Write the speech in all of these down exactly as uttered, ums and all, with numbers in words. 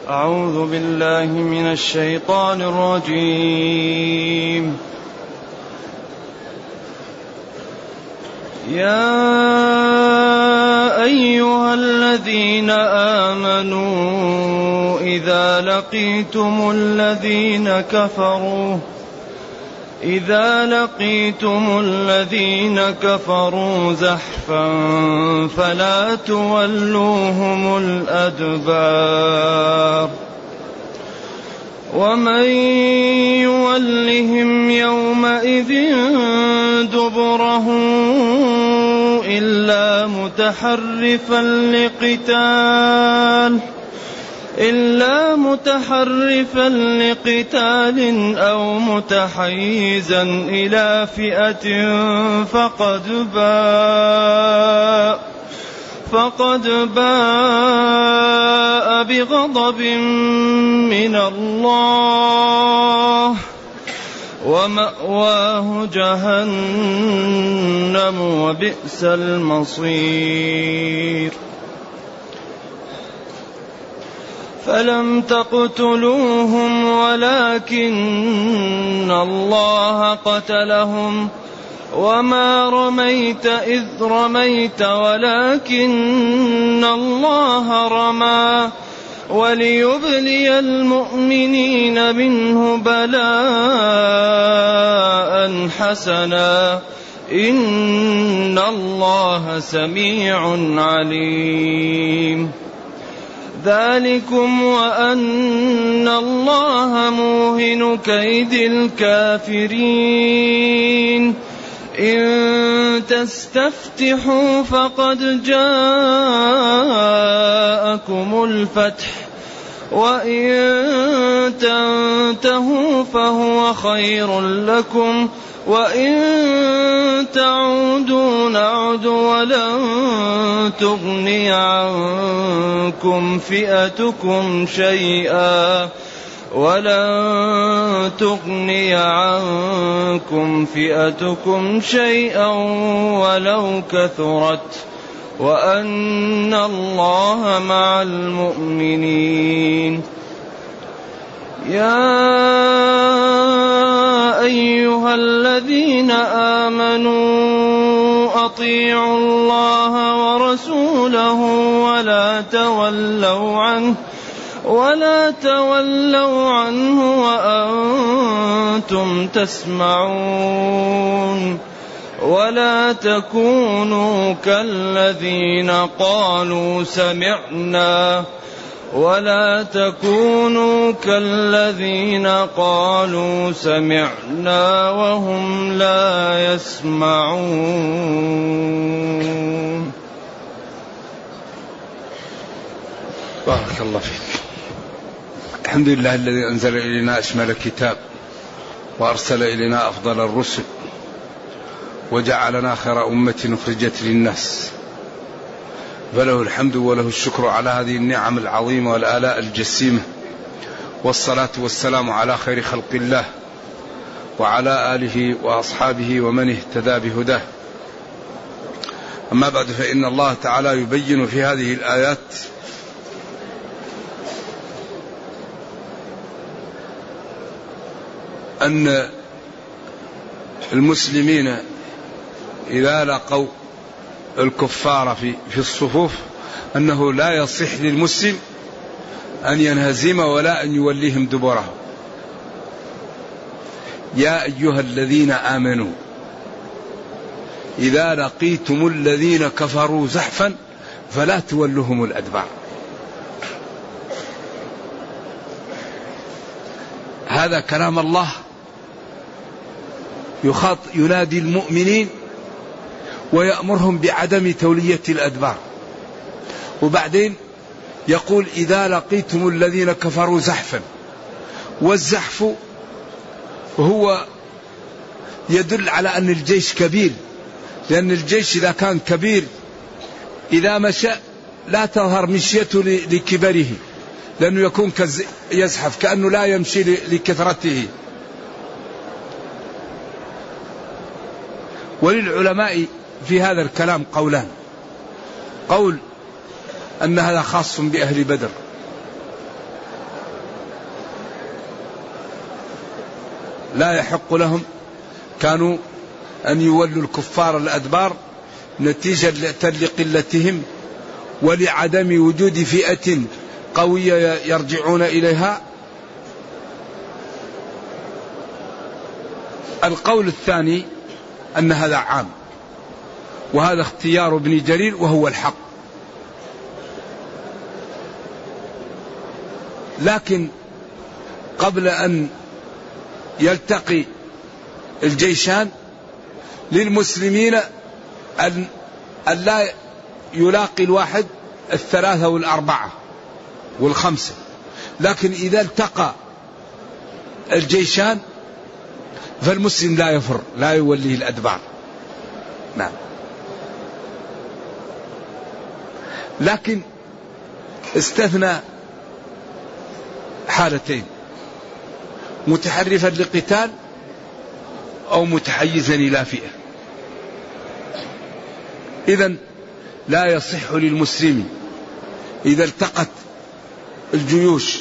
أعوذ بالله من الشيطان الرجيم. يا أيها الذين آمنوا إذا لقيتم الذين كفروا إذا لقيتم الذين كفروا زحفا فلا تولوهم الأدبار ومن يولهم يومئذ دبره إلا متحرفا لقتال إلا متحرفا لقتال أو متحيزا إلى فئة فقد باء فقد باء بغضب من الله ومأواه جهنم وبئس المصير. فلم تقتلوهم ولكن الله قتلهم وما رميت إذ رميت ولكن الله رمى وليبلي المؤمنين منه بلاء حسنا إن الله سميع عليم. ذلكم وأن الله موهن كيد الكافرين. إن تستفتحوا فقد جاءكم الفتح وإن تنتهوا فهو خير لكم وإن تعودوا نعد ولن تغني عنكم فئتكم شيئا ولن تغني عنكم فئتكم شيئا ولو كثرت وأن الله مع المؤمنين. يا أيها الذين آمنوا أطيعوا الله ورسوله ولا تولوا عنه ولا تولوا عنه وأنتم تسمعون. ولا تكونوا كالذين قالوا سمعنا ولا تكونوا كالذين قالوا سمعنا وهم لا يسمعون. بارك الله فيك. الحمد لله الذي أنزل إلينا أشمل الكتاب وأرسل إلينا أفضل الرسل وجعلنا خير أمة أخرجت للناس، فله الحمد وله الشكر على هذه النعم العظيمة والآلاء الجسيمة، والصلاة والسلام على خير خلق الله وعلى آله وأصحابه ومن اهتدى بهداه. أما بعد، فإن الله تعالى يبين في هذه الآيات أن المسلمين إذا لقوا الكفار في في الصفوف أنه لا يصح للمسلم أن ينهزم ولا أن يوليهم دبره. يا أيها الذين آمنوا إذا لقيتم الذين كفروا زحفا فلا تولوهم الأدبار. هذا كلام الله يخاط ينادي المؤمنين ويأمرهم بعدم تولية الأدبار، وبعدين يقول إذا لقيتم الذين كفروا زحفا. والزحف هو يدل على أن الجيش كبير، لأن الجيش إذا كان كبير إذا مشى لا تظهر مشيته لكبره، لأنه يكون يزحف كأنه لا يمشي لكثرته. وللعلماء في هذا الكلام قولان: قول أن هذا خاص بأهل بدر، لا يحق لهم كانوا أن يولوا الكفار الأدبار نتيجة لقلتهم ولعدم وجود فئة قوية يرجعون إليها. القول الثاني أن هذا عام، وهذا اختيار ابن جرير وهو الحق. لكن قبل أن يلتقي الجيشان للمسلمين أن لا يلاقي الواحد الثلاثة والأربعة والخمسة، لكن إذا التقى الجيشان فالمسلم لا يفر، لا يوليه الأدبار. نعم. لكن استثنى حالتين: متحرفا لقتال أو متحيزا إلى فئة. إذن لا يصح للمسلم إذا التقت الجيوش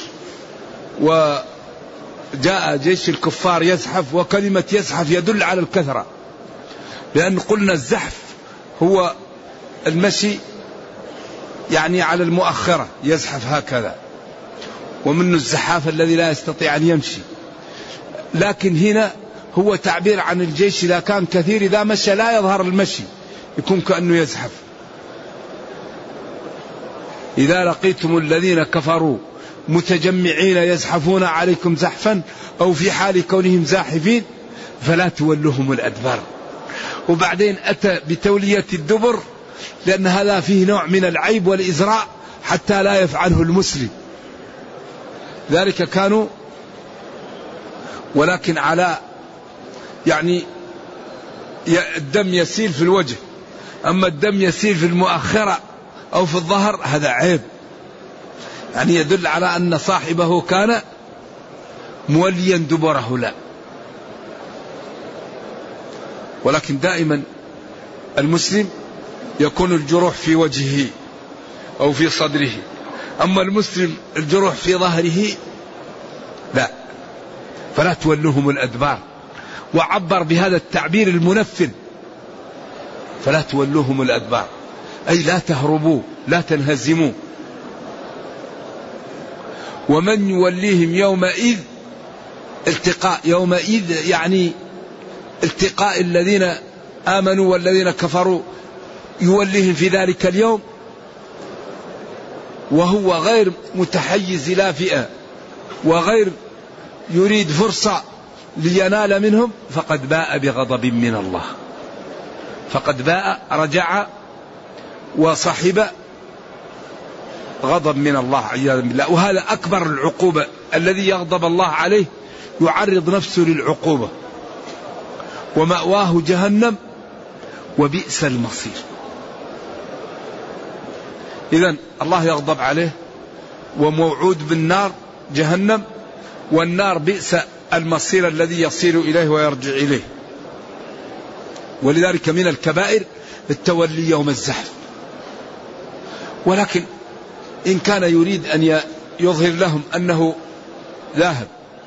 وجاء جيش الكفار يزحف، وكلمة يزحف يدل على الكثرة، لأن قلنا الزحف هو المشي يعني على المؤخرة، يزحف هكذا، ومنه الزحاف الذي لا يستطيع أن يمشي. لكن هنا هو تعبير عن الجيش إذا كان كثير، إذا مشى لا يظهر المشي، يكون كأنه يزحف. إذا لقيتم الذين كفروا متجمعين يزحفون عليكم زحفا أو في حال كونهم زاحفين فلا تولوهم الأدبار. وبعدين أتى بتولية الدبر لأن هذا فيه نوع من العيب والإزراء حتى لا يفعله المسلم. ذلك كانوا ولكن على يعني الدم يسيل في الوجه، أما الدم يسيل في المؤخرة أو في الظهر هذا عيب، يعني يدل على أن صاحبه كان موليا دبره. لا، ولكن دائما المسلم يكون الجروح في وجهه أو في صدره، أما المسلم الجروح في ظهره لا، فلا تولوهم الأدبار. وعبر بهذا التعبير المنفذ: فلا تولوهم الأدبار، أي لا تهربوا، لا تنهزموا. ومن يوليهم يومئذ، التقاء يومئذ يعني التقاء الذين آمنوا والذين كفروا، يوليهم في ذلك اليوم وهو غير متحيز إلى فئة وغير يريد فرصة لينال منهم، فقد باء بغضب من الله، فقد باء رجع وصحب غضب من الله عياذا بالله. وهذا أكبر العقوبة، الذي يغضب الله عليه يعرض نفسه للعقوبة، ومأواه جهنم وبئس المصير. إذن الله يغضب عليه وموعود بالنار جهنم، والنار بئس المصير الذي يصير إليه ويرجع إليه. ولذلك من الكبائر التولي يوم الزحف. ولكن إن كان يريد أن يظهر لهم أنه ذاهب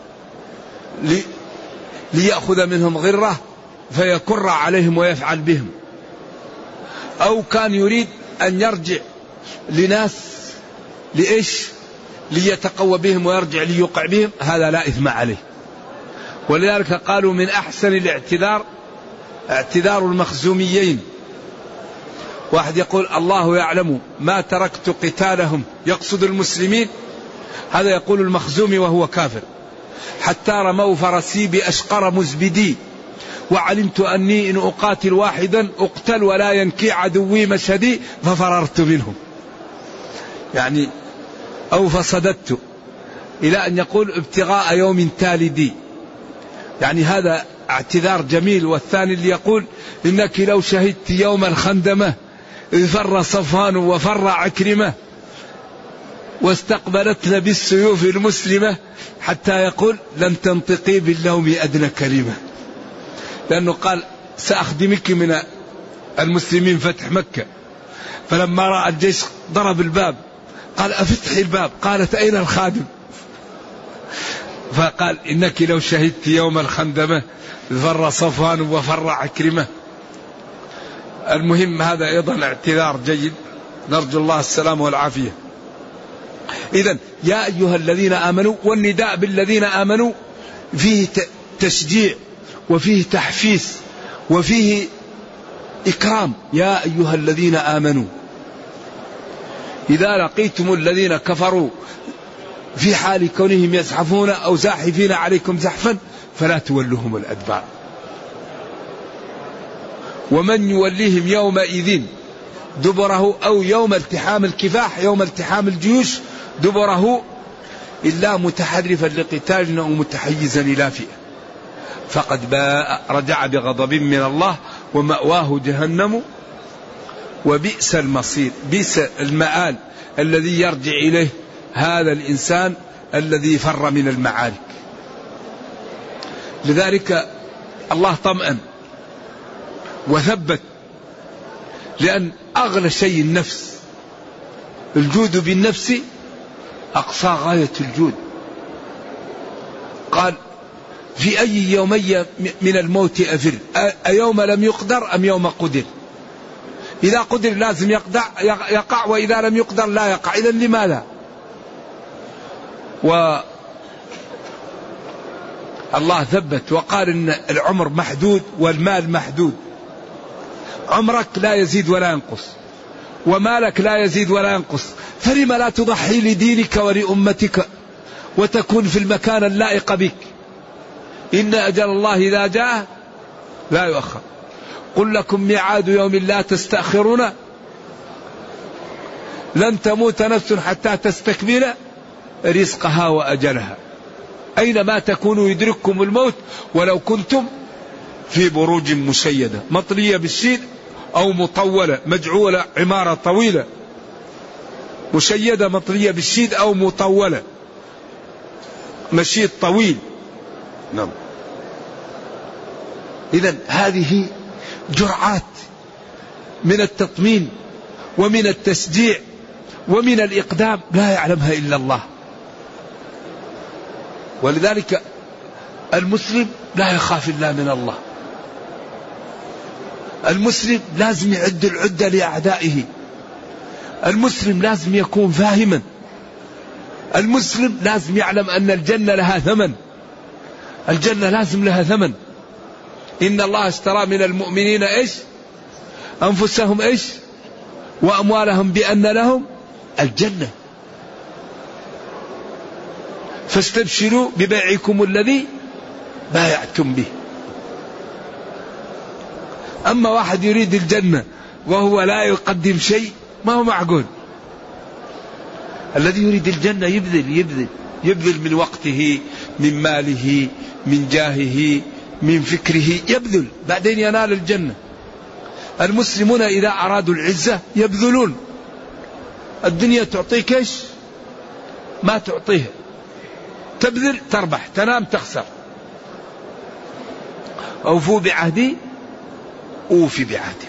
ليأخذ منهم غرة فيكر عليهم ويفعل بهم، أو كان يريد أن يرجع لناس لإيش ليتقوى بهم ويرجع ليوقع بهم، هذا لا إثم عليه. ولذلك قالوا من أحسن الاعتذار اعتذار المخزوميين. واحد يقول الله يعلم ما تركت قتالهم، يقصد المسلمين، هذا يقول المخزومي وهو كافر. حتى رموا فرسي بأشقر مزبدي، وعلمت أني إن أقاتل واحدا أقتل ولا ينكي عدوي مشهدي، ففررت منهم. يعني أو فصددت، إلى أن يقول ابتغاء يوم تالدي، يعني هذا اعتذار جميل. والثاني اللي يقول إنك لو شهدت يوم الخندمة إذ فر صفوان وفر عكرمة واستقبلتنا بالسيوف المسلمة، حتى يقول لن تنطقي باللوم أدنى كلمة، لأنه قال سأخدمك من المسلمين فتح مكة، فلما رأى الجيش ضرب الباب قال أفتح الباب، قالت أين الخادم؟ فقال إنك لو شهدت يوم الخندمة فر صفوان وفر عكرمة. المهم هذا أيضا اعتذار جيد، نرجو الله السلام والعافية. إذن يا أيها الذين آمنوا، والنداء بالذين آمنوا فيه تشجيع وفيه تحفيز وفيه إكرام. يا أيها الذين آمنوا إذا لقيتم الذين كفروا في حال كونهم يزحفون أو زاحفين عليكم زحفا فلا تولوهم الأدبار. ومن يوليهم يومئذ دبره أو يوم التحام الكفاح، يوم التحام الجيوش دبره، إلا متحرفا لقتال أو متحيزا إلى فئة فقد باء رجع بغضب من الله ومأواه جهنم وبئس المصير. بئس المآل الذي يرجع إليه هذا الإنسان الذي فر من المعارك. لذلك الله طمأن وثبت، لأن أغلى شيء النفس، الجود بالنفس أقصى غاية الجود. قال في أي يومي من الموت أفر، أيوم لم يقدر أم يوم قدر؟ إذا قدر لازم يقدر يقع، وإذا لم يقدر لا يقع. إذن لماذا؟ والله ثبت وقال إن العمر محدود والمال محدود. عمرك لا يزيد ولا ينقص، ومالك لا يزيد ولا ينقص، فلم لا تضحي لدينك ولأمتك وتكون في المكان اللائق بك؟ إن أجل الله إذا جاء لا يؤخر. قل لكم ميعاد يوم لا تستأخرون، لن تموت نفس حتى تستكمل رزقها وأجلها. أينما تكونوا يدرككم الموت ولو كنتم في بروج مشيدة مطلية بالشيد أو مطولة مجعولة عمارة طويلة، مشيدة مطلية بالشيد أو مطولة مشيد طويل. نعم. إذن هذه جرعات من التطمين ومن التشجيع ومن الإقدام لا يعلمها إلا الله. ولذلك المسلم لا يخاف إلا من الله. المسلم لازم يعد العدة لأعدائه. المسلم لازم يكون فاهما. المسلم لازم يعلم أن الجنة لها ثمن. الجنة لازم لها ثمن. إن الله اشترى من المؤمنين إيش؟ أنفسهم إيش؟ وأموالهم بأن لهم الجنة. فاستبشروا ببيعكم الذي بايعتم به. أما واحد يريد الجنة وهو لا يقدم شيء ما هو معقول. الذي يريد الجنة يبذل يبذل يبذل من وقته، من ماله، من جاهه، من فكره، يبذل بعدين ينال الجنة. المسلمون إذا أرادوا العزة يبذلون. الدنيا تعطيك إيش؟ ما تعطيه. تبذل تربح، تنام تخسر. أوفوا بعهدي أوفي بعهدي.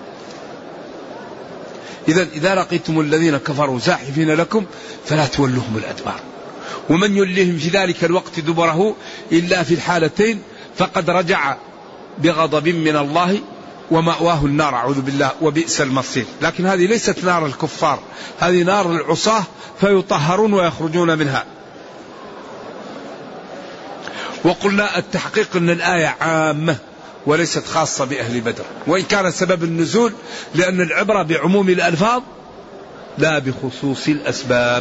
إذا إذا لقيتم الذين كفروا زاحفين لكم فلا تولوهم الأدبار. ومن يوليهم في ذلك الوقت دبره إلا في الحالتين فقد رجع بغضب من الله ومأواه النار، أعوذ بالله، وبئس المصير. لكن هذه ليست نار الكفار، هذه نار العصاة فيطهرون ويخرجون منها. وقلنا التحقيق أن الآية عامة وليست خاصة بأهل بدر، وإن كان سبب النزول لأن العبرة بعموم الألفاظ لا بخصوص الأسباب.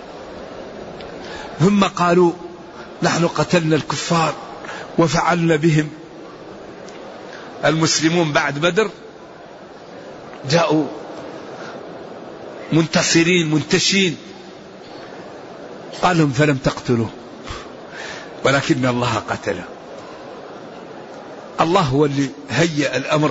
ثم قالوا نحن قتلنا الكفار وفعلنا بهم. المسلمون بعد بدر جاءوا منتصرين منتشين، قال لهم فلم تقتلوه ولكن الله قتله. الله هو اللي هيأ الأمر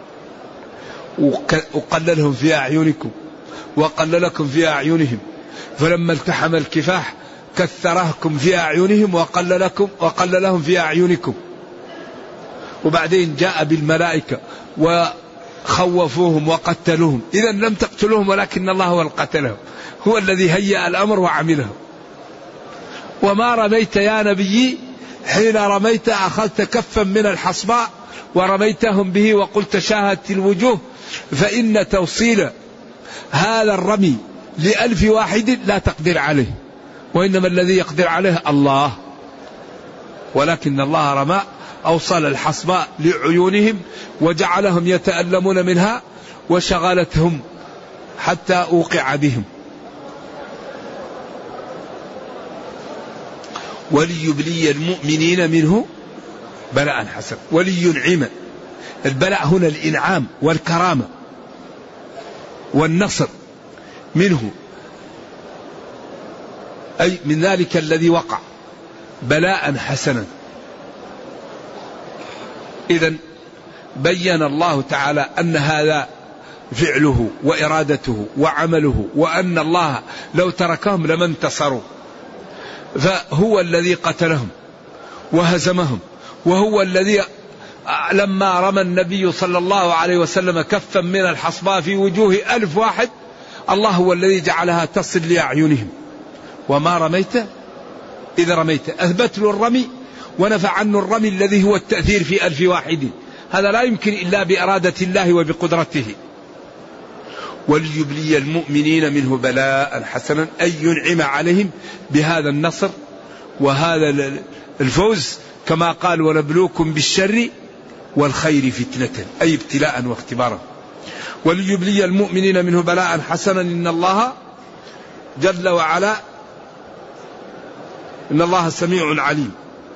وقللهم في أعينكم وقللكم في أعينهم، فلما التحم الكفاح كثرهكم في أعينهم وقللكم وقللهم في أعينكم. وبعدين جاء بالملائكة وخوفوهم وقتلوهم. إذا لم تقتلوهم ولكن الله هو القتلهم، هو الذي هيأ الأمر وعمله. وما رميت يا نبي حين رميت أخذت كفا من الحصباء ورميتهم به وقلت شاهدت الوجوه، فإن توصيل هذا الرمي لألف واحد لا تقدر عليه، وإنما الذي يقدر عليه الله. ولكن الله رمى أوصل الحصباء لعيونهم وجعلهم يتألمون منها وشغلتهم حتى أوقع بهم. وليبلي المؤمنين منه بلاء حسن، ولينعم. البلاء هنا الإنعام والكرامة والنصر منه، أي من ذلك الذي وقع بلاء حسنا. إذن بين الله تعالى أن هذا فعله وإرادته وعمله، وأن الله لو تركهم لما انتصروا، فهو الذي قتلهم وهزمهم، وهو الذي لما رمى النبي صلى الله عليه وسلم كفا من الحصباء في وجوه ألف واحد، الله هو الذي جعلها تصل لأعينهم. وما رميت إذا رميت، أثبت له الرمي ونفع عنه الرمي الذي هو التأثير في ألف واحد، هذا لا يمكن إلا بإرادة الله وبقدرته. وليبلي المؤمنين منه بلاء حسنا، أي ينعم عليهم بهذا النصر وهذا الفوز، كما قال ونبلوكم بالشر والخير فتنة، أي ابتلاء واختبارا. وليبلي المؤمنين منه بلاء حسنا، إن الله جل وعلا إن الله سميع عليم.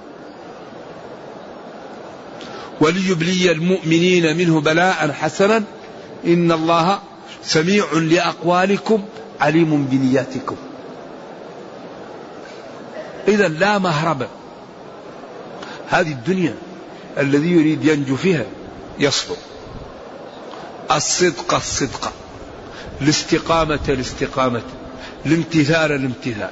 وليبلي المؤمنين منه بلاء حسنا إن الله سميع لأقوالكم عليم بنياتكم. إذا لا مهرب، هذه الدنيا الذي يريد ينجو فيها يصبر، الصدق الصدق، الاستقامة الاستقامة، الامتثال الامتثال.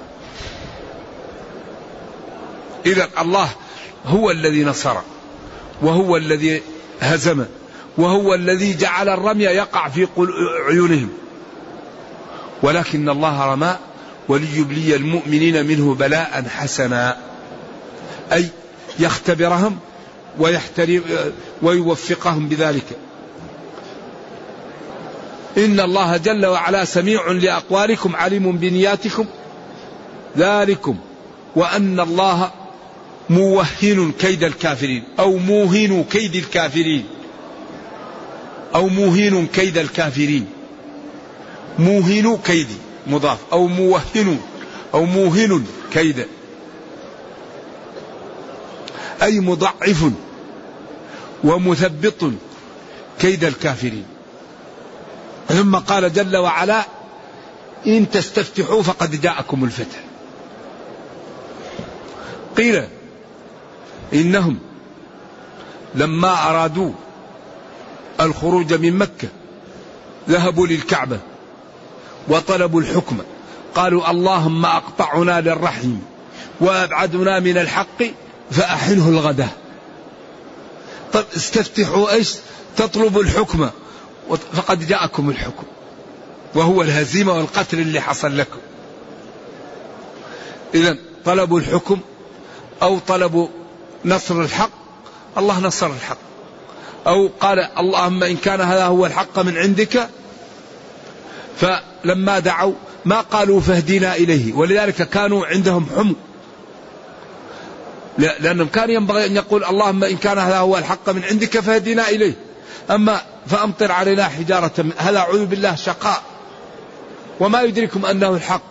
إذا الله هو الذي نصر، وهو الذي هزم، وهو الذي جعل الرمي يقع في عيونهم. ولكن الله رمى وليبلي المؤمنين منه بلاء حسنا، أي يختبرهم ويحترم ويوفقهم بذلك. إن الله جل وعلا سميع لأقوالكم عليم بنياتكم ذلكم، وأن الله موهن كيد الكافرين، أو موهن كيد الكافرين، أو موهن كيد الكافرين. موهن كيدي مضاف، أو موهن أو موهن كيد، أي مضعف ومثبط كيد الكافرين. ثم قال جل وعلا إن تستفتحوا فقد جاءكم الفتح. قيل إنهم لما أرادوا الخروج من مكة ذهبوا للكعبة وطلبوا الحكم، قالوا اللهم أقطعنا للرحم وأبعدنا من الحق فأحنه الغداء. طب استفتحوا ايش؟ تطلبوا الحكم فقد جاءكم الحكم، وهو الهزيمة والقتل اللي حصل لكم. إذن طلبوا الحكم أو طلبوا نصر الحق، الله نصر الحق. أو قال اللهم إن كان هذا هو الحق من عندك، فلما دعوا ما قالوا فاهدنا إليه، ولذلك كانوا عندهم حمق، لأنهم كان ينبغي أن يقول اللهم إن كان هذا هو الحق من عندك فاهدنا إليه، أما فأمطر علينا حجارة، هذا أعوذ بالله شقاء، وما يدركم أنه الحق.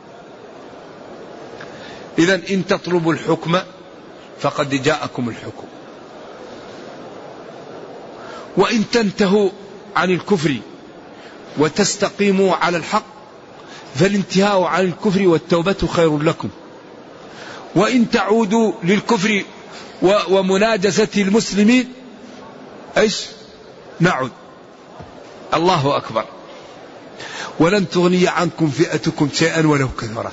إذن إن تطلبوا الحكم فقد جاءكم الحكم، وإن تنتهوا عن الكفر وتستقيموا على الحق فالانتهاء عن الكفر والتوبة خير لكم، وإن تعودوا للكفر ومناجسة المسلمين ايش نعود. الله أكبر. ولن تغني عنكم فئتكم شيئا ولو كثرت.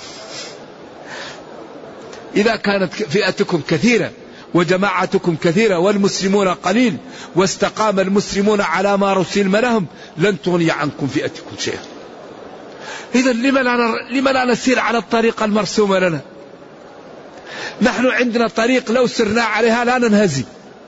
إذا كانت فئتكم كثيرة وجماعتكم كثيرة والمسلمون قليل واستقام المسلمون على ما رسلم لهم لن تغني عنكم فئتكم شيئا. إذا لما لا لما لا نسير على الطريقة المرسومة لنا؟ نحن عندنا طريق لو سرنا عليها لا ننهزم،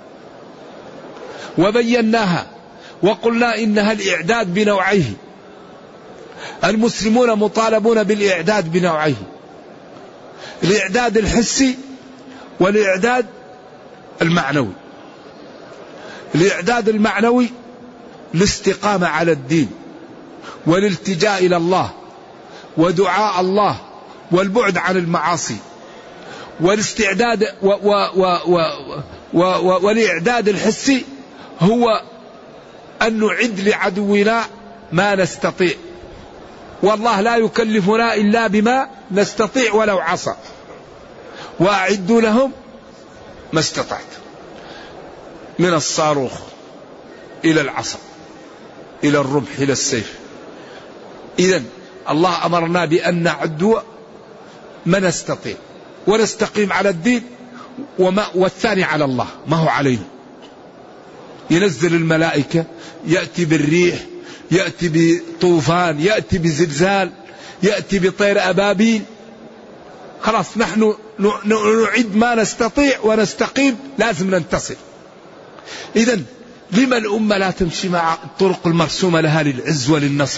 وبيناها وقلنا إنها الإعداد بنوعيه. المسلمون مطالبون بالإعداد بنوعيه: الإعداد الحسي والإعداد المعنوي. الإعداد المعنوي الاستقامة على الدين والالتجاء إلى الله ودعاء الله والبعد عن المعاصي. والاستعداد و و و و و و والإعداد الحسي هو أن نعد لعدونا ما نستطيع، والله لا يكلفنا إلا بما نستطيع ولو عصى، وأعدوا لهم ما استطعت، من الصاروخ إلى العصا إلى الرمح إلى السيف. إذن الله أمرنا بأن نعد ما نستطيع ونستقيم على الدين، وما والثاني على الله ما هو علينا. ينزل الملائكة، يأتي بالريح، يأتي بطوفان، يأتي بزلزال، يأتي بطير أبابيل، خلاص نحن نعد ما نستطيع ونستقيم، لازم ننتصر. إذن لما الأمة لا تمشي مع الطرق المرسومة لها للعز وللنصر؟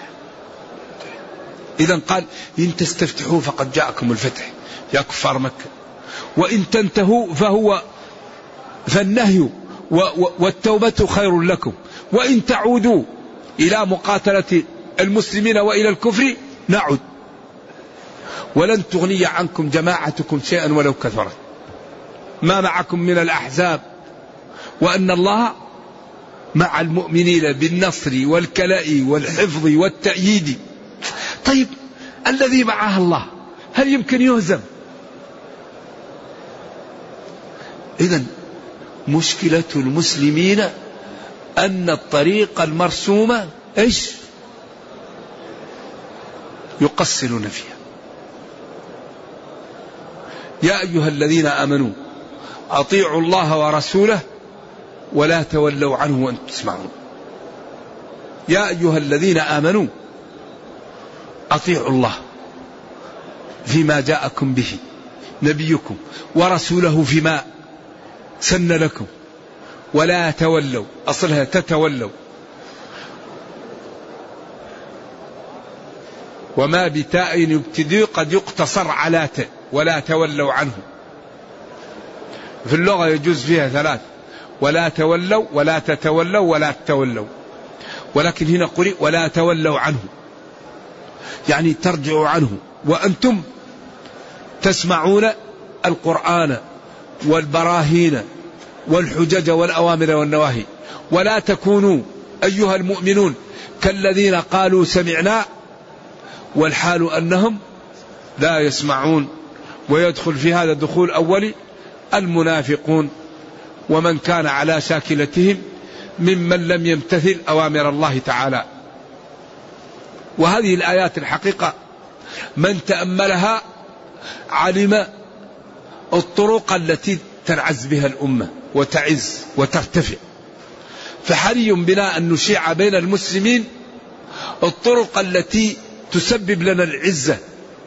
إذن قال: إن تستفتحوا فقد جاءكم الفتح يا كفار مكة، وإن تنتهوا فهو فالنهي والتوبة خير لكم، وإن تعودوا إلى مقاتلة المسلمين وإلى الكفر نعد، ولن تغني عنكم جماعتكم شيئا ولو كثرت ما معكم من الأحزاب، وأن الله مع المؤمنين بالنصر والكلاء والحفظ والتأييد. طيب الذي معه الله هل يمكن يهزم؟ إذن مشكلة المسلمين أن الطريق المرسومة إيش؟ يقصرون فيها. يا أيها الذين آمنوا أطيعوا الله ورسوله ولا تولوا عنه وأنتم تسمعون. يا أيها الذين آمنوا أطيعوا الله فيما جاءكم به نبيكم ورسوله فيما سن لكم، ولا تولوا، أصلها تتولوا، وما بتاء يبتدي قد يقتصر على تاء، ولا تولوا عنه. في اللغة يجوز فيها ثلاث: ولا تولوا، ولا تتولوا، ولا تتولوا. ولكن هنا قرئ ولا تولوا عنه، يعني ترجعوا عنه وأنتم تسمعون القرآن والبراهين والحجج والأوامر والنواهي. ولا تكونوا أيها المؤمنون كالذين قالوا سمعنا والحال أنهم لا يسمعون. ويدخل في هذا دخول أولي المنافقون ومن كان على شاكلتهم ممن لم يمتثل أوامر الله تعالى. وهذه الآيات الحقيقة من تأملها علم الطرق التي تنعز بها الأمة وتعز وترتفع. فحري بنا أن نشيع بين المسلمين الطرق التي تسبب لنا العزة،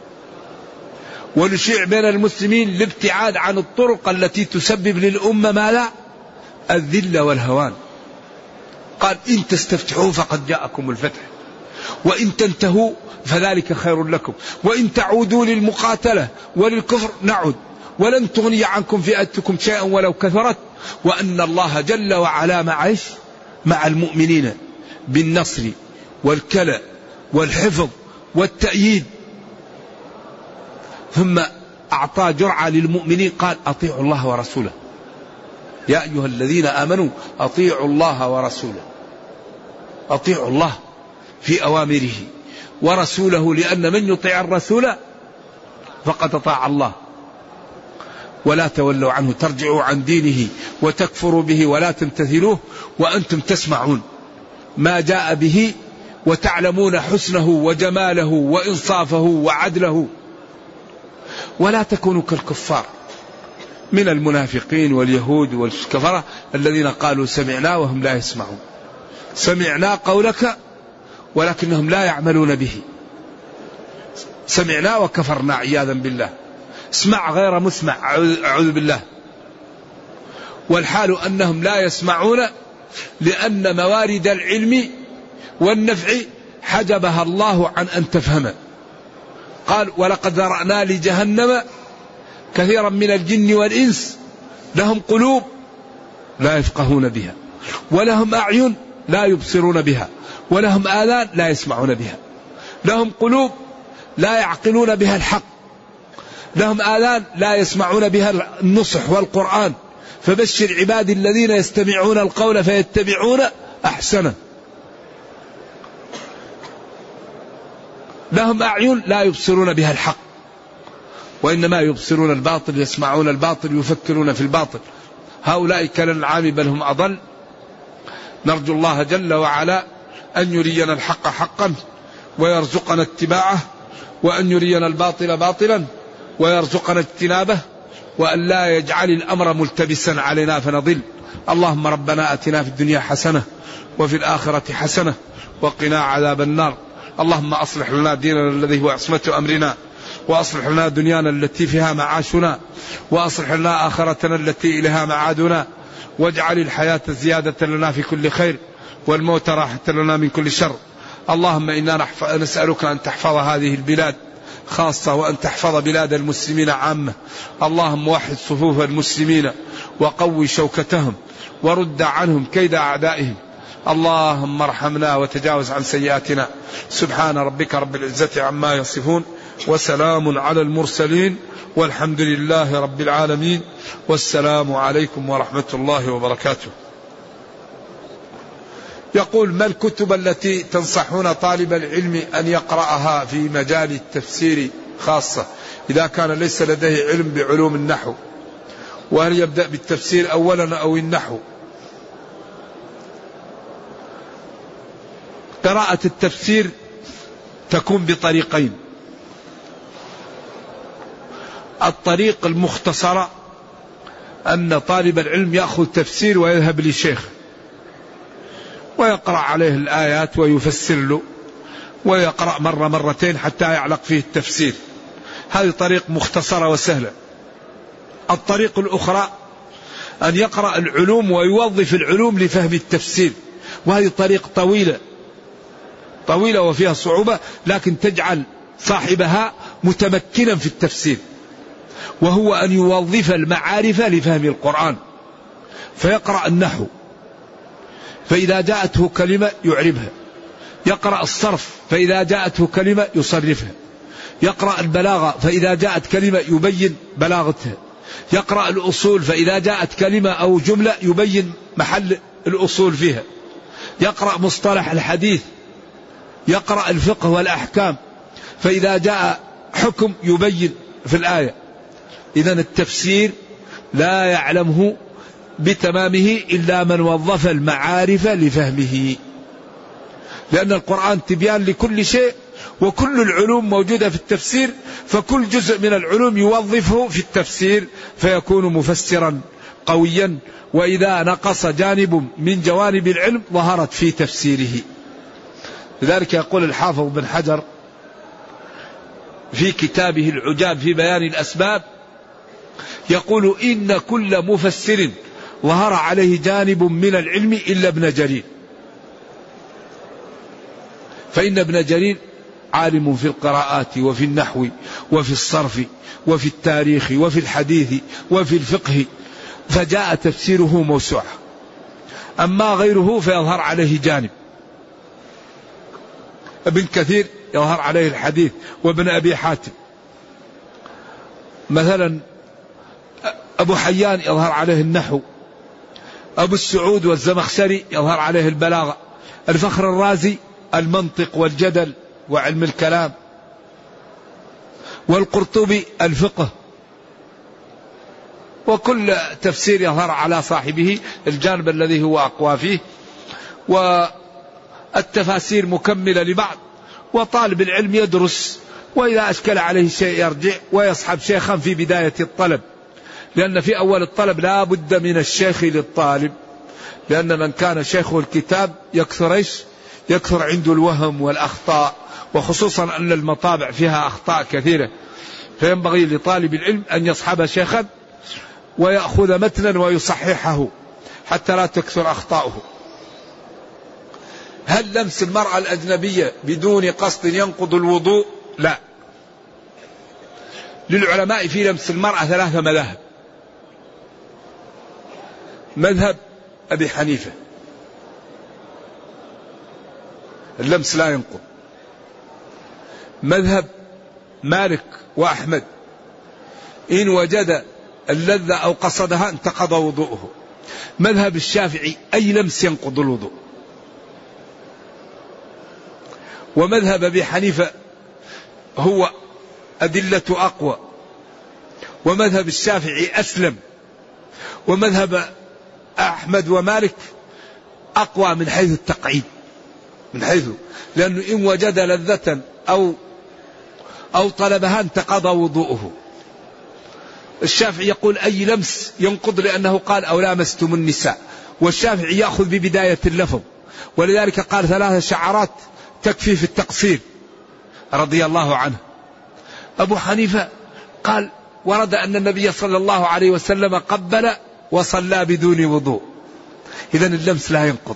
ونشيع بين المسلمين الابتعاد عن الطرق التي تسبب للأمة ما لا الذل والهوان. قال: إن تستفتحوا فقد جاءكم الفتح، وإن تنتهوا فذلك خير لكم، وإن تعودوا للمقاتلة وللكفر نعد، ولن تغني عنكم فئتكم شيئا ولو كثرت، وأن الله جل وعلا مع مع المؤمنين بالنصر والكلاء والحفظ والتأييد. ثم أعطى جرعة للمؤمنين قال: أطيعوا الله ورسوله. يا أيها الذين آمنوا أطيعوا الله ورسوله. أطيعوا الله في أوامره ورسوله، لأن من يطيع الرسول فقد أطاع الله. ولا تولوا عنه، ترجعوا عن دينه وتكفروا به ولا تمتثلوه وأنتم تسمعون ما جاء به وتعلمون حسنه وجماله وإنصافه وعدله. ولا تكونوا كالكفار من المنافقين واليهود والكفرة الذين قالوا سمعنا وهم لا يسمعون. سمعنا قولك ولكنهم لا يعملون به. سمعنا وكفرنا عياذا بالله. اسمع غير مسمع، أعوذ بالله. والحال أنهم لا يسمعون لأن موارد العلم والنفع حجبها الله عن أن تفهم. قال ولقد ذرأنا لجهنم كثيرا من الجن والإنس لهم قلوب لا يفقهون بها، ولهم أعين لا يبصرون بها، ولهم آذان لا يسمعون بها. لهم قلوب لا يعقلون بها الحق، لهم آذان لا يسمعون بها النصح والقرآن. فبشر عبادي الذين يستمعون القول فيتبعون أحسنه. لهم أعين لا يبصرون بها الحق، وإنما يبصرون الباطل، يسمعون الباطل، يفكرون في الباطل. هؤلاء كالأنعام بل هم أضل. نرجو الله جل وعلا أن يرينا الحق حقا ويرزقنا اتباعه، وأن يرينا الباطل باطلا ويرزقنا اجتنابه، وأن لا يجعل الأمر ملتبسا علينا فنضل. اللهم ربنا أتنا في الدنيا حسنة وفي الآخرة حسنة وقنا عذاب النار. اللهم أصلح لنا ديننا الذي هو عصمة أمرنا، وأصلح لنا دنيانا التي فيها معاشنا، وأصلح لنا آخرتنا التي إليها معادنا، واجعل الحياة زيادة لنا في كل خير والموت راحة لنا من كل شر. اللهم إنا نسألك أن تحفظ هذه البلاد خاصة، وأن تحفظ بلاد المسلمين عامة. اللهم وحد صفوف المسلمين وقوي شوكتهم ورد عنهم كيد أعدائهم. اللهم ارحمنا وتجاوز عن سيئاتنا. سبحان ربك رب العزة عما يصفون، وسلام على المرسلين، والحمد لله رب العالمين، والسلام عليكم ورحمة الله وبركاته. يقول: ما الكتب التي تنصحون طالب العلم أن يقرأها في مجال التفسير خاصة إذا كان ليس لديه علم بعلوم النحو؟ وهل يبدأ بالتفسير أولا أو النحو؟ قراءة التفسير تكون بطريقين. الطريق المختصرة أن طالب العلم يأخذ تفسير ويذهب لشيخ ويقرأ عليه الآيات ويفسر له، ويقرأ مرة مرتين حتى يعلق فيه التفسير. هذه طريق مختصرة وسهلة. الطريق الأخرى أن يقرأ العلوم ويوظف العلوم لفهم التفسير، وهذه طريق طويلة طويلة وفيها صعوبة، لكن تجعل صاحبها متمكنا في التفسير، وهو أن يوظف المعارف لفهم القرآن. فيقرأ النحو فإذا جاءته كلمة يعربها، يقرأ الصرف فإذا جاءته كلمة يصرفها، يقرأ البلاغة فإذا جاءت كلمة يبين بلاغتها، يقرأ الأصول فإذا جاءت كلمة أو جملة يبين محل الأصول فيها، يقرأ مصطلح الحديث، يقرأ الفقه والأحكام فإذا جاء حكم يبين في الآية. إذن التفسير لا يعلمه بتمامه إلا من وظف المعارف لفهمه، لأن القرآن تبيان لكل شيء، وكل العلوم موجودة في التفسير، فكل جزء من العلوم يوظفه في التفسير فيكون مفسرا قويا. وإذا نقص جانب من جوانب العلم ظهرت في تفسيره. لذلك يقول الحافظ بن حجر في كتابه العجاب في بيان الأسباب، يقول: إن كل مفسر ظهر عليه جانب من العلم إلا ابن جرير، فإن ابن جرير عالم في القراءات وفي النحو وفي الصرف وفي التاريخ وفي الحديث وفي الفقه، فجاء تفسيره موسوعة. أما غيره فيظهر عليه جانب. ابن كثير يظهر عليه الحديث، وابن أبي حاتم مثلا، أبو حيان يظهر عليه النحو، أبو السعود والزمخشري يظهر عليه البلاغة، الفخر الرازي المنطق والجدل وعلم الكلام، والقرطبي الفقه. وكل تفسير يظهر على صاحبه الجانب الذي هو أقوى فيه، والتفاسير مكملة لبعض. وطالب العلم يدرس، وإذا أشكل عليه شيء يرجع ويصحب شيخا في بداية الطلب، لأن في أول الطلب لا بد من الشيخ للطالب، لأن من كان شيخه الكتاب يكثر إيش؟ يكثر عنده الوهم والأخطاء، وخصوصا أن المطابع فيها أخطاء كثيرة. فينبغي لطالب العلم أن يصحب شيخا ويأخذ متنا ويصححه حتى لا تكثر أخطاؤه. هل لمس المرأة الأجنبية بدون قصد ينقض الوضوء؟ لا. للعلماء في لمس المرأة ثلاثة مذاهب. مذهب أبي حنيفة اللمس لا ينقض. مذهب مالك وأحمد إن وجد اللذة أو قصدها انتقض وضوءه. مذهب الشافعي أي لمس ينقض الوضوء. ومذهب أبي حنيفة هو أدلة أقوى، ومذهب الشافعي أسلم، ومذهب أحمد ومالك أقوى من حيث التقعيد، من حيث لأنه إن وجد لذة أو أو طلبها انتقض وضوءه. الشافعي يقول أي لمس ينقض لأنه قال أو لامستم النساء، والشافعي يأخذ ببداية اللفظ، ولذلك قال ثلاث شعرات تكفي في التقصير رضي الله عنه. أبو حنيفة قال ورد أن النبي صلى الله عليه وسلم قبل وصلى بدون وضوء، إذن اللمس لا ينقض.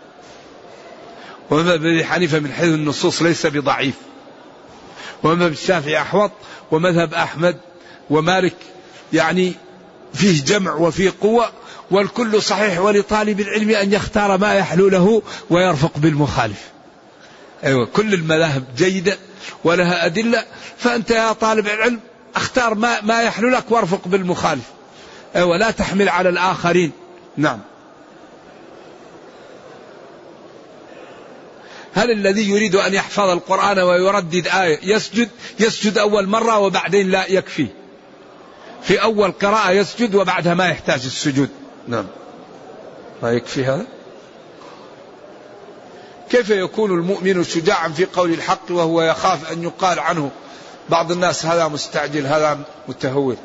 ومذهب أبي حنيفة من حيث النصوص ليس بضعيف، ومذهب الشافعي أحوط، ومذهب أحمد ومالك يعني فيه جمع وفيه قوة، والكل صحيح، ولطالب العلم أن يختار ما يحلو له ويرفق بالمخالف. أيوة كل المذاهب جيدة ولها أدلة، فأنت يا طالب العلم اختار ما, ما يحلو لك وارفق بالمخالف. أيوة لا تحمل على الآخرين. نعم. هل الذي يريد أن يحفظ القرآن ويردد آية يسجد يسجد أول مرة وبعدين لا يكفي؟ في أول قراءة يسجد وبعدها ما يحتاج السجود. نعم. ما يكفي هذا؟ كيف يكون المؤمن شجاعا في قول الحق وهو يخاف أن يقال عنه بعض الناس هذا مستعجل هذا متهور؟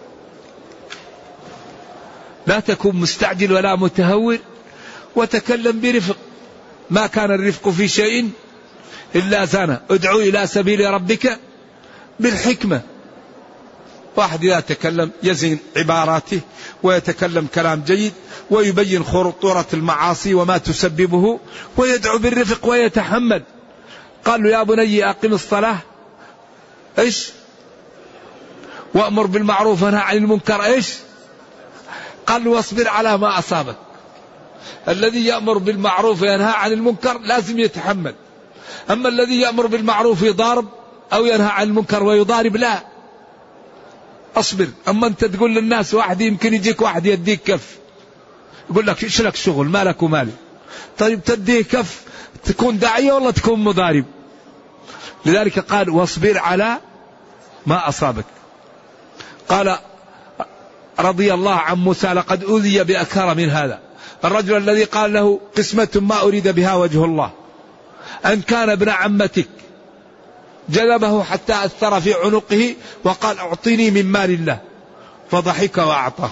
لا تكن مستعجل ولا متهور، وتكلم برفق. ما كان الرفق في شيء إلا زانه. ادعو إلى سبيل ربك بالحكمة. واحد إذا تكلم يزن عباراته ويتكلم كلام جيد ويبين خطورة المعاصي وما تسببه، ويدعو بالرفق ويتحمل. قال له يا بني أقم الصلاة إيش وأمر بالمعروف ونهى عن المنكر إيش، قال له واصبر على ما أصابك. الذي يأمر بالمعروف وينهى عن المنكر لازم يتحمل. أما الذي يأمر بالمعروف يضارب أو ينهى عن المنكر ويضارب لا، أصبر. أما أنت تقول للناس واحد يمكن يجيك واحد يديك كف يقول لك إيش لك شغل مالك ومالي، طيب تديه كف تكون داعية ولا تكون مضارب؟ لذلك قال واصبر على ما أصابك. قال رضي الله عن موسى لقد أوذي بأكثر من هذا. الرجل الذي قال له قسمة ما أريد بها وجه الله أن كان ابن عمتك جذبه حتى أثر في عنقه وقال أعطيني من مال الله، فضحك وأعطاه.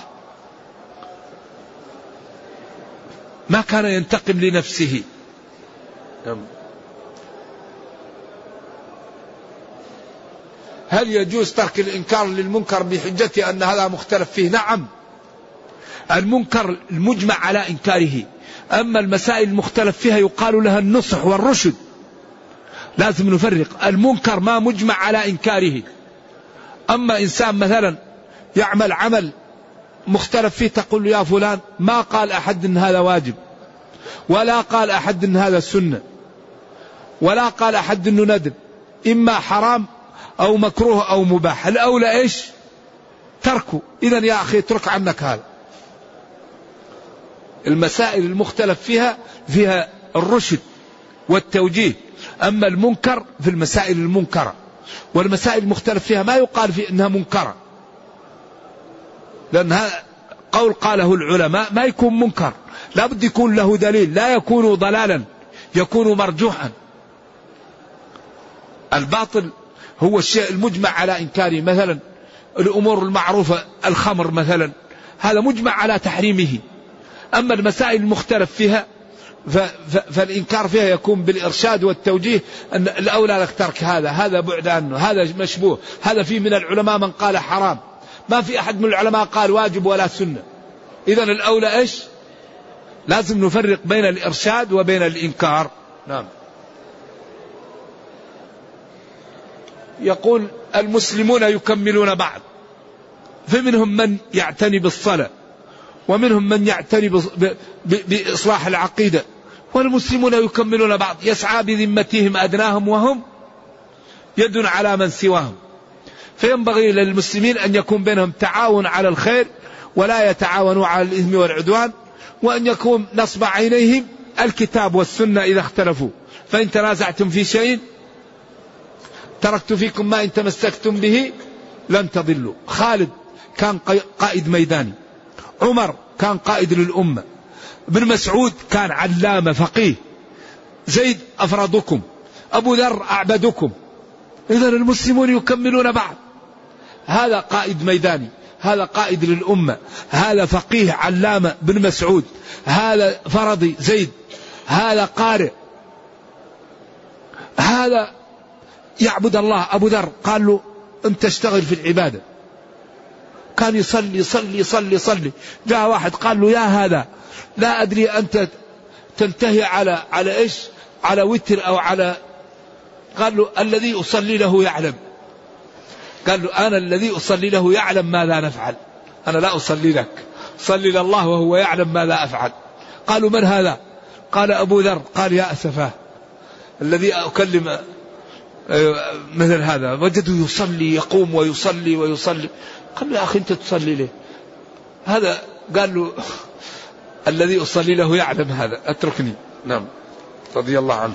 ما كان ينتقم لنفسه. هل يجوز ترك الإنكار للمنكر بحجة أن هذا مختلف فيه؟ نعم، المنكر المجمع على إنكاره، أما المسائل المختلف فيها يقال لها النصح والرشد. لازم نفرق. المنكر ما مجمع على إنكاره. أما إنسان مثلا يعمل عمل مختلف فيه تقول له يا فلان ما قال أحد إن هذا واجب، ولا قال أحد إن هذا سنة، ولا قال أحد إنه ندب، إما حرام أو مكروه أو مباح، الأولى إيش؟ تركه. إذن يا أخي اترك عنك هذا. المسائل المختلف فيها فيها الرشد والتوجيه، أما المنكر في المسائل المنكرة، والمسائل المختلف فيها ما يقال في إنها منكرة، لأنها قول قاله العلماء ما يكون منكر، لا بد يكون له دليل، لا يكون ضلالا، يكون مرجوحا. الباطل هو الشيء المجمع على إنكاره، مثلا الأمور المعروفة الخمر مثلا هذا مجمع على تحريمه، أما المسائل المختلف فيها فالإنكار فيها يكون بالإرشاد والتوجيه، أن الأولى لك ترك هذا، هذا بعد عنه، هذا مشبوه، هذا في من العلماء من قال حرام، ما في أحد من العلماء قال واجب ولا سنة. إذن الأولى إيش؟ لازم نفرق بين الإرشاد وبين الإنكار. نعم. يقول المسلمون يكملون بعض، فمنهم من يعتني بالصلاة، ومنهم من يعتني بإصلاح العقيدة، والمسلمون يكملون بعض، يسعى بذمتهم أدناهم وهم يد على من سواهم. فينبغي للمسلمين أن يكون بينهم تعاون على الخير ولا يتعاونوا على الإثم والعدوان، وأن يكون نصب عينيهم الكتاب والسنة إذا اختلفوا. فإن تنازعتم في شيء تركت فيكم ما إن تمسكتم به لن تضلوا. خالد كان قائد ميداني، عمر كان قائد للأمة، ابن مسعود كان علامة فقيه، زيد أفرادكم، أبو ذر أعبدكم. إذن المسلمون يكملون بعض، هذا قائد ميداني، هذا قائد للأمة، هذا فقيه علامة بن مسعود، هذا فرضي زيد، هذا قارئ، هذا يعبد الله. أبو ذر قال له أنت تشتغل في العبادة، كان يصلي يصلي يصلي يصلي. جاء واحد قال له يا هذا لا أدري أنت تنتهي على على إيش، على وتر أو على، قال له الذي أصلي له يعلم. قال له أنا الذي أصلي له يعلم ماذا نفعل، أنا لا أصلي لك، صلي لله وهو يعلم ماذا أفعل. قالوا من هذا؟ قال أبو ذر. قال يا أسفاه الذي أكلم مثل هذا، وجده يصلي يقوم ويصلي ويصلي. قال له يا أخي أنت تصلي ليه؟ هذا قال له الذي أصلي له يعلم هذا، أتركني. نعم رضي الله عنه.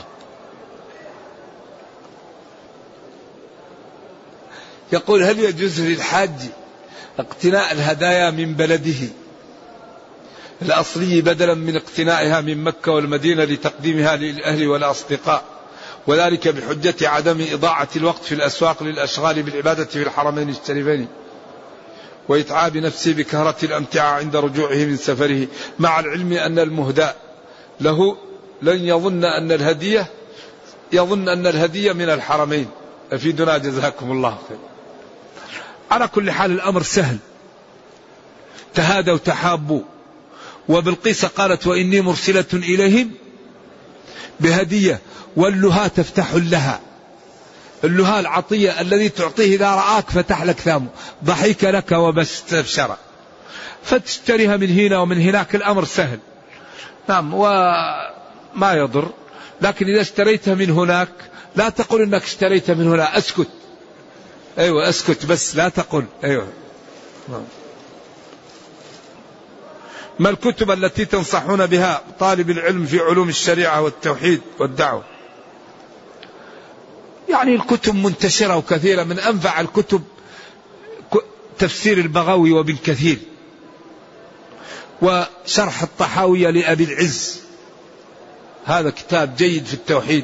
يقول هل يجوز للحاج اقتناء الهدايا من بلده الأصلي بدلا من اقتنائها من مكة والمدينة لتقديمها للأهل والأصدقاء، وذلك بحجة عدم إضاعة الوقت في الأسواق للأشغال بالعبادة في الحرمين الشريفين، وإتعاب نفسه بكهرة الأمتعة عند رجوعه من سفره، مع العلم أن المهدى له لن يظن أن الهدية يظن أن الهدية من الحرمين. أفيدنا جزاكم الله خير. على كل حال الأمر سهل، تهادوا تحابوا. وبالقيس قالت وإني مرسلة إليهم بهدية، واللها تفتح لها. اللها العطية الذي تعطيه إذا رآك فتح لك ثامه، ضحك لك وبستبشر، فتشتريها من هنا ومن هناك، الأمر سهل. نعم وما يضر. لكن إذا اشتريتها من هناك لا تقول إنك اشتريتها من هنا، أسكت. أيوة أسكت بس لا تقول. أيوة. ما الكتب التي تنصحون بها طالب العلم في علوم الشريعة والتوحيد والدعوة؟ يعني الكتب منتشرة وكثيرة، من أنفع الكتب تفسير البغوي وابن كثير، وشرح الطحاوية لأبي العز، هذا كتاب جيد في التوحيد.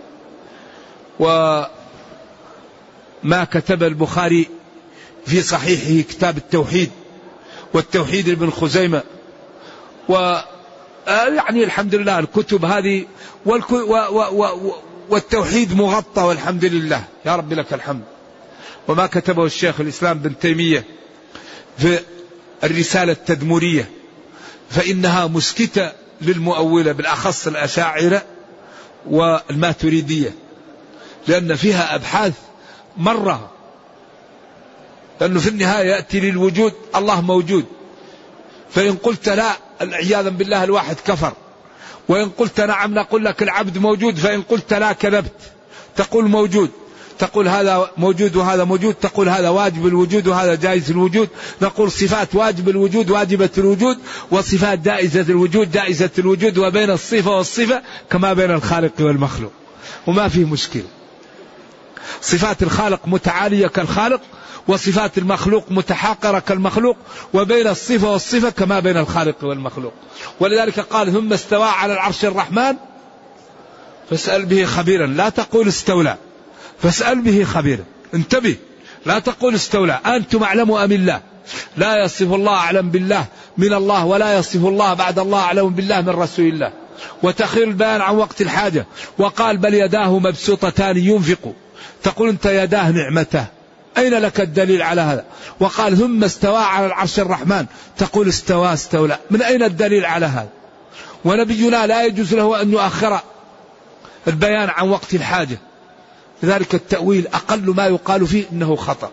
وما كتب البخاري في صحيحه كتاب التوحيد، والتوحيد لابن خزيمة، و يعني الحمد لله الكتب هذه والك... و... و... و... والتوحيد مغطى والحمد لله يا رب لك الحمد. وما كتبه الشيخ الإسلام بن تيمية في الرسالة التدمرية فإنها مسكتة للمؤولة، بالأخص الأشاعرة والماتريدية، لأن فيها أبحاث مرة، لأنه في النهاية يأتي للوجود الله موجود، فإن قلت لا عياذا بالله الواحد كفر، وإن قلت نعم نقول لك العبد موجود، فإن قلت لا كذبت. تقول موجود، تقول هذا موجود وهذا موجود، تقول هذا واجب الوجود وهذا جائز الوجود، نقول صفات واجب الوجود واجبة الوجود، وصفات جائزة الوجود جائزة الوجود، وبين الصفة والصفة كما بين الخالق والمخلوق، وما فيه مشكلة. صفات الخالق متعالية كالخالق، وصفات المخلوق متحاقرة كالمخلوق، وبين الصفة والصفة كما بين الخالق والمخلوق. ولذلك قال ثم استوى على العرش الرحمن فاسأل به خبيرا، لا تقول استولى، فاسأل به خبيرا. انتبه، لا تقول استولى، أنتم أعلم أم الله؟ لا يصف الله أعلم بالله من الله، ولا يصف الله بعد الله أعلم بالله من رسول الله. وتأخير البيان عن وقت الحاجة، وقال بل يداه مبسوطتان ينفق، تقول أنت يداه نعمته، أين لك الدليل على هذا؟ وقال ثم استوى على العرش الرحمن، تقول استوى استولى، من أين الدليل على هذا؟ ونبينا لا يجوز له أن يؤخر البيان عن وقت الحاجة، لذلك التأويل أقل ما يقال فيه إنه خطأ.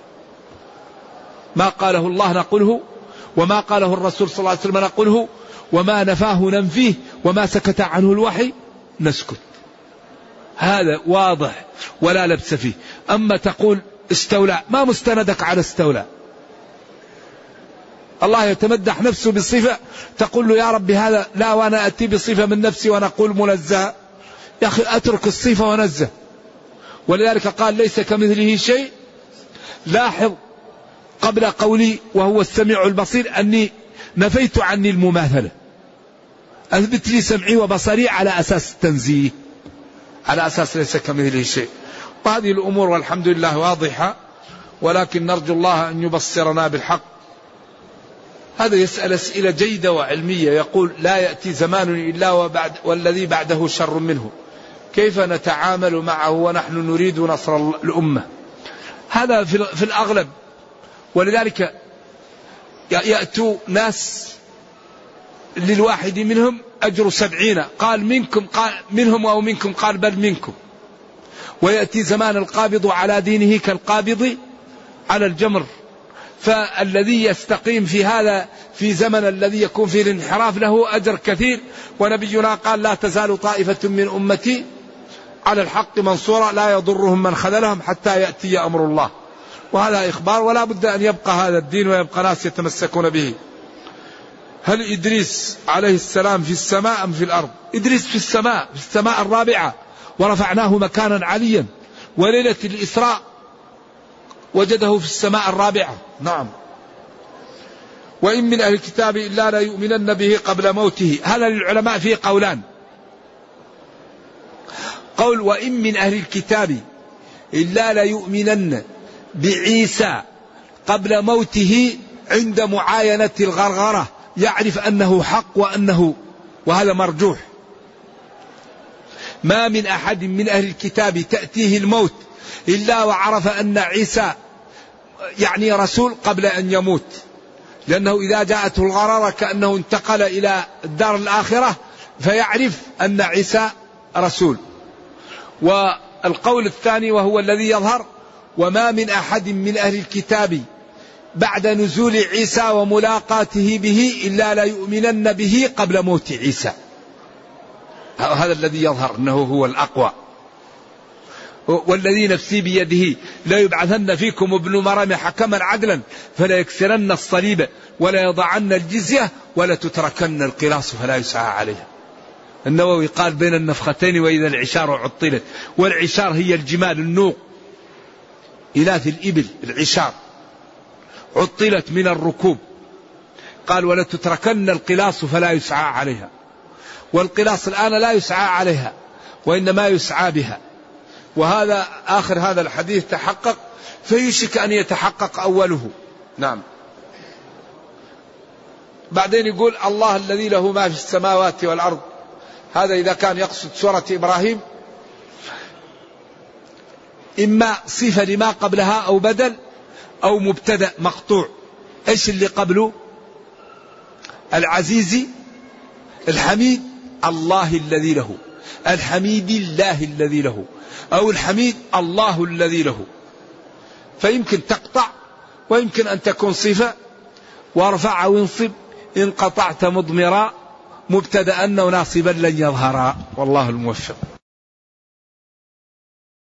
ما قاله الله نقوله، وما قاله الرسول صلى الله عليه وسلم نقوله، وما نفاه ننفيه، وما سكت عنه الوحي نسكت. هذا واضح ولا لبس فيه. أما تقول استولى، ما مستندك على استولى؟ الله يتمدح نفسه بصفة تقول له يا رب هذا لا، وأنا أتي بصفة من نفسي ونقول منزه. يا أخي أترك الصفة ونزه. ولذلك قال ليس كمثله شيء. لاحظ قبل قولي وهو السميع البصير أني نفيت عني المماثلة، أثبت لي سمعي وبصري على أساس التنزيه، على أساس ليس كمثله شيء. وهذه الأمور والحمد لله واضحة، ولكن نرجو الله أن يبصرنا بالحق. هذا يسأل أسئلة جيدة وعلمية، يقول لا يأتي زمان إلا وبعد والذي بعده شر منه، كيف نتعامل معه ونحن نريد نصر الأمة؟ هذا في الأغلب. ولذلك يأتوا ناس للواحد منهم أجر سبعين، قال منكم، قال منهم أو منكم، قال بل منكم. ويأتي زمان القابض على دينه كالقابض على الجمر. فالذي يستقيم في هذا في زمن الذي يكون فيه الانحراف له أجر كثير. ونبينا قال لا تزال طائفة من أمتي على الحق منصورة لا يضرهم من خذلهم حتى يأتي أمر الله. وهذا إخبار، ولا بد أن يبقى هذا الدين ويبقى ناس يتمسكون به. هل إدريس عليه السلام في السماء أم في الأرض؟ إدريس في السماء، في السماء الرابعة، ورفعناه مكانا عليا. وليلة الإسراء وجده في السماء الرابعة. نعم. وإن من أهل الكتاب إلا لا يؤمنن به قبل موته. هذا للعلماء فيه قولان. قول وإن من أهل الكتاب إلا لا يؤمنن بعيسى قبل موته عند معاينة الغرغرة، يعرف أنه حق وأنه، وهذا مرجوح. ما من أحد من أهل الكتاب تأتيه الموت إلا وعرف أن عيسى يعني رسول قبل أن يموت، لأنه إذا جاءته الغرارة كأنه انتقل إلى الدار الآخرة فيعرف أن عيسى رسول. والقول الثاني وهو الذي يظهر وما من أحد من أهل الكتاب بعد نزول عيسى وملاقاته به إلا لا يؤمنن به قبل موت عيسى. هذا الذي يظهر أنه هو الأقوى. والذي نفسي بيده لا يبعثن فيكم ابن مريم حكما عدلا فلا يكسرن الصليب ولا يضعن الجزية ولا تتركن القلاص فلا يسعى عليها. النووي قال بين النفختين وإذا العشار عطلت. والعشار هي الجمال النوق إلاث الإبل، العشار عطلت من الركوب. قال ولا تتركن القلاص فلا يسعى عليها. والقلاص الآن لا يسعى عليها وإنما يسعى بها. وهذا آخر هذا الحديث تحقق، فيشك أن يتحقق أوله. نعم. بعدين يقول الله الذي له ما في السماوات والأرض. هذا إذا كان يقصد سورة إبراهيم إما صفة لما قبلها أو بدل أو مبتدأ مقطوع. إيش اللي قبله؟ العزيز الحميد الله الذي له، الحميد الله الذي له، أو الحميد الله الذي له. فيمكن تقطع ويمكن أن تكون صفة، وارفع وانصب إن قطعت مضمرا مبتدأ وناصبا لن يظهرا. والله الموفق.